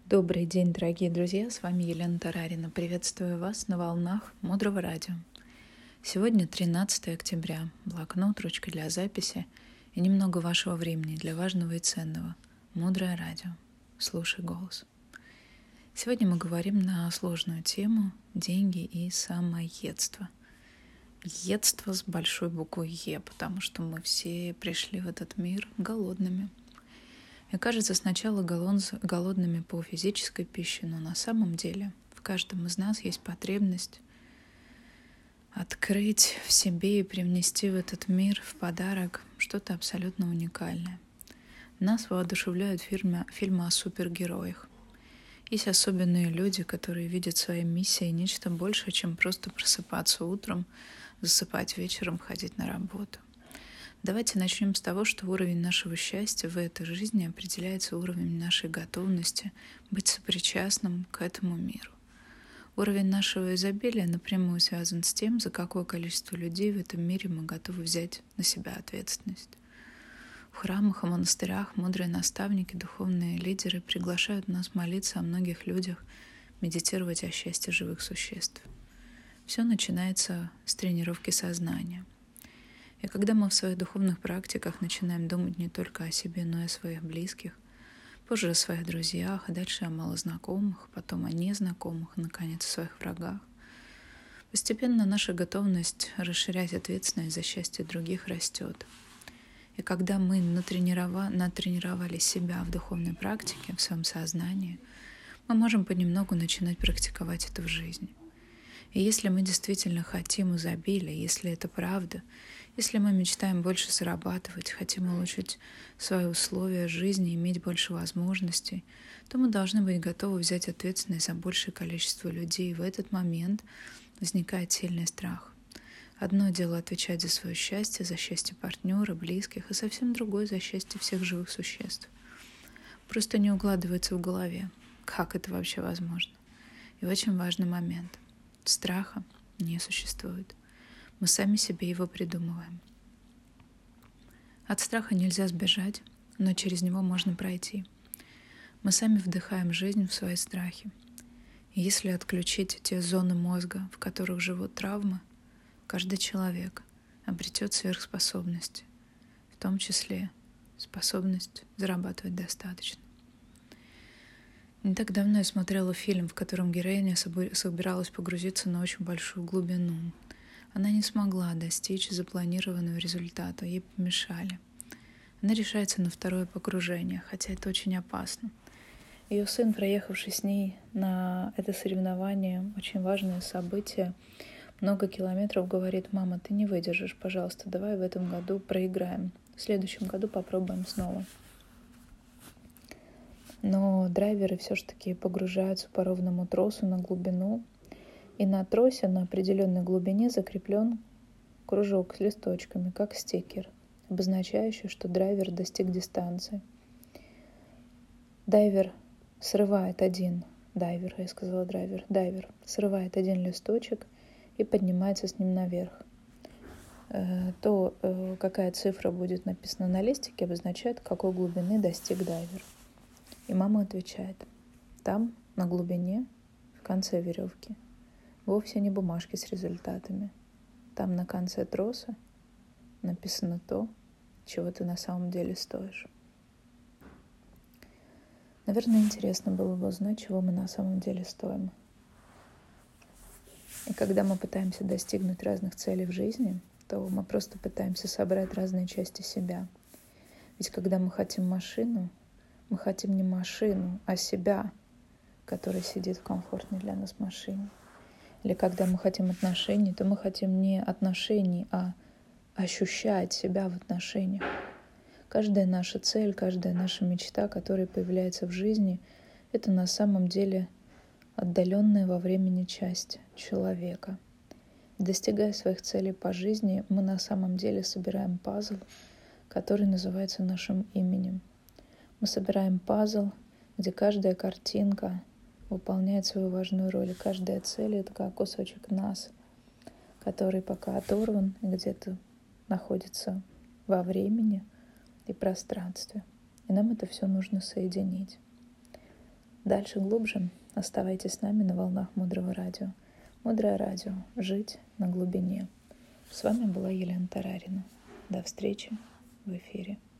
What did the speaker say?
Добрый день, дорогие друзья, с вами Елена Тарарина. Приветствую вас на волнах Мудрого радио. Сегодня 13 октября. Блокнот, ручка для записи и немного вашего времени для важного и ценного. Мудрое радио. Слушай голос. Сегодня мы говорим на сложную тему «Деньги и самоедство». Едство с большой буквы «Е», потому что мы все пришли в этот мир голодными. И кажется, сначала голодными по физической пище, но на самом деле в каждом из нас есть потребность открыть в себе и привнести в этот мир в подарок что-то абсолютно уникальное. Нас воодушевляют фильмы о супергероях. Есть особенные люди, которые видят своей миссией нечто большее, чем просто просыпаться утром, засыпать вечером, ходить на работу. Давайте начнем с того, что уровень нашего счастья в этой жизни определяется уровнем нашей готовности быть сопричастным к этому миру. Уровень нашего изобилия напрямую связан с тем, за какое количество людей в этом мире мы готовы взять на себя ответственность. В храмах и монастырях мудрые наставники, духовные лидеры приглашают нас молиться о многих людях, медитировать о счастье живых существ. Все начинается с тренировки сознания. И когда мы в своих духовных практиках начинаем думать не только о себе, но и о своих близких, позже о своих друзьях, а дальше о малознакомых, потом о незнакомых, и, наконец, о своих врагах, постепенно наша готовность расширять ответственность за счастье других растет. И когда мы натренировали себя в духовной практике, в своем сознании, мы можем понемногу начинать практиковать это в жизни. И если мы действительно хотим изобилия, если это правда, если мы мечтаем больше зарабатывать, хотим улучшить свои условия жизни, иметь больше возможностей, то мы должны быть готовы взять ответственность за большее количество людей. И в этот момент возникает сильный страх. Одно дело отвечать за свое счастье, за счастье партнера, близких, и совсем другое за счастье всех живых существ. Просто не укладывается в голове, как это вообще возможно. И очень важный момент. Страха не существует. Мы сами себе его придумываем. От страха нельзя сбежать, но через него можно пройти. Мы сами вдыхаем жизнь в свои страхи. И если отключить те зоны мозга, в которых живут травмы, каждый человек обретет сверхспособности, в том числе способность зарабатывать достаточно. Не так давно я смотрела фильм, в котором героиня собиралась погрузиться на очень большую глубину. Она не смогла достичь запланированного результата, ей помешали. Она решается на второе погружение, хотя это очень опасно. Ее сын, проехавший с ней на это соревнование, очень важное событие, много километров, говорит: «Мама, ты не выдержишь, пожалуйста, давай в этом году проиграем. В следующем году попробуем снова». Но драйверы все-таки погружаются по ровному тросу на глубину, и на тросе на определенной глубине закреплен кружок с листочками, как стикер, обозначающий, что драйвер достиг дистанции. Дайвер срывает один листочек и поднимается с ним наверх. То, какая цифра будет написана на листике, обозначает, какой глубины достиг дайвер. И мама отвечает: там, на глубине, в конце веревки, вовсе не бумажки с результатами. Там на конце троса написано то, чего ты на самом деле стоишь. Наверное, интересно было бы узнать, чего мы на самом деле стоим. И когда мы пытаемся достигнуть разных целей в жизни, то мы просто пытаемся собрать разные части себя. Ведь когда мы хотим машину, мы хотим не машину, а себя, который сидит в комфортной для нас машине. Или когда мы хотим отношений, то мы хотим не отношений, а ощущать себя в отношениях. Каждая наша цель, каждая наша мечта, которая появляется в жизни, это на самом деле отдаленная во времени часть человека. Достигая своих целей по жизни, мы на самом деле собираем пазл, который называется нашим именем. Мы собираем пазл, где каждая картинка выполняет свою важную роль. И каждая цель — это как кусочек нас, который пока оторван и где-то находится во времени и пространстве. И нам это все нужно соединить. Дальше глубже оставайтесь с нами на волнах Мудрого радио. Мудрое радио. Жить на глубине. С вами была Елена Тарарина. До встречи в эфире.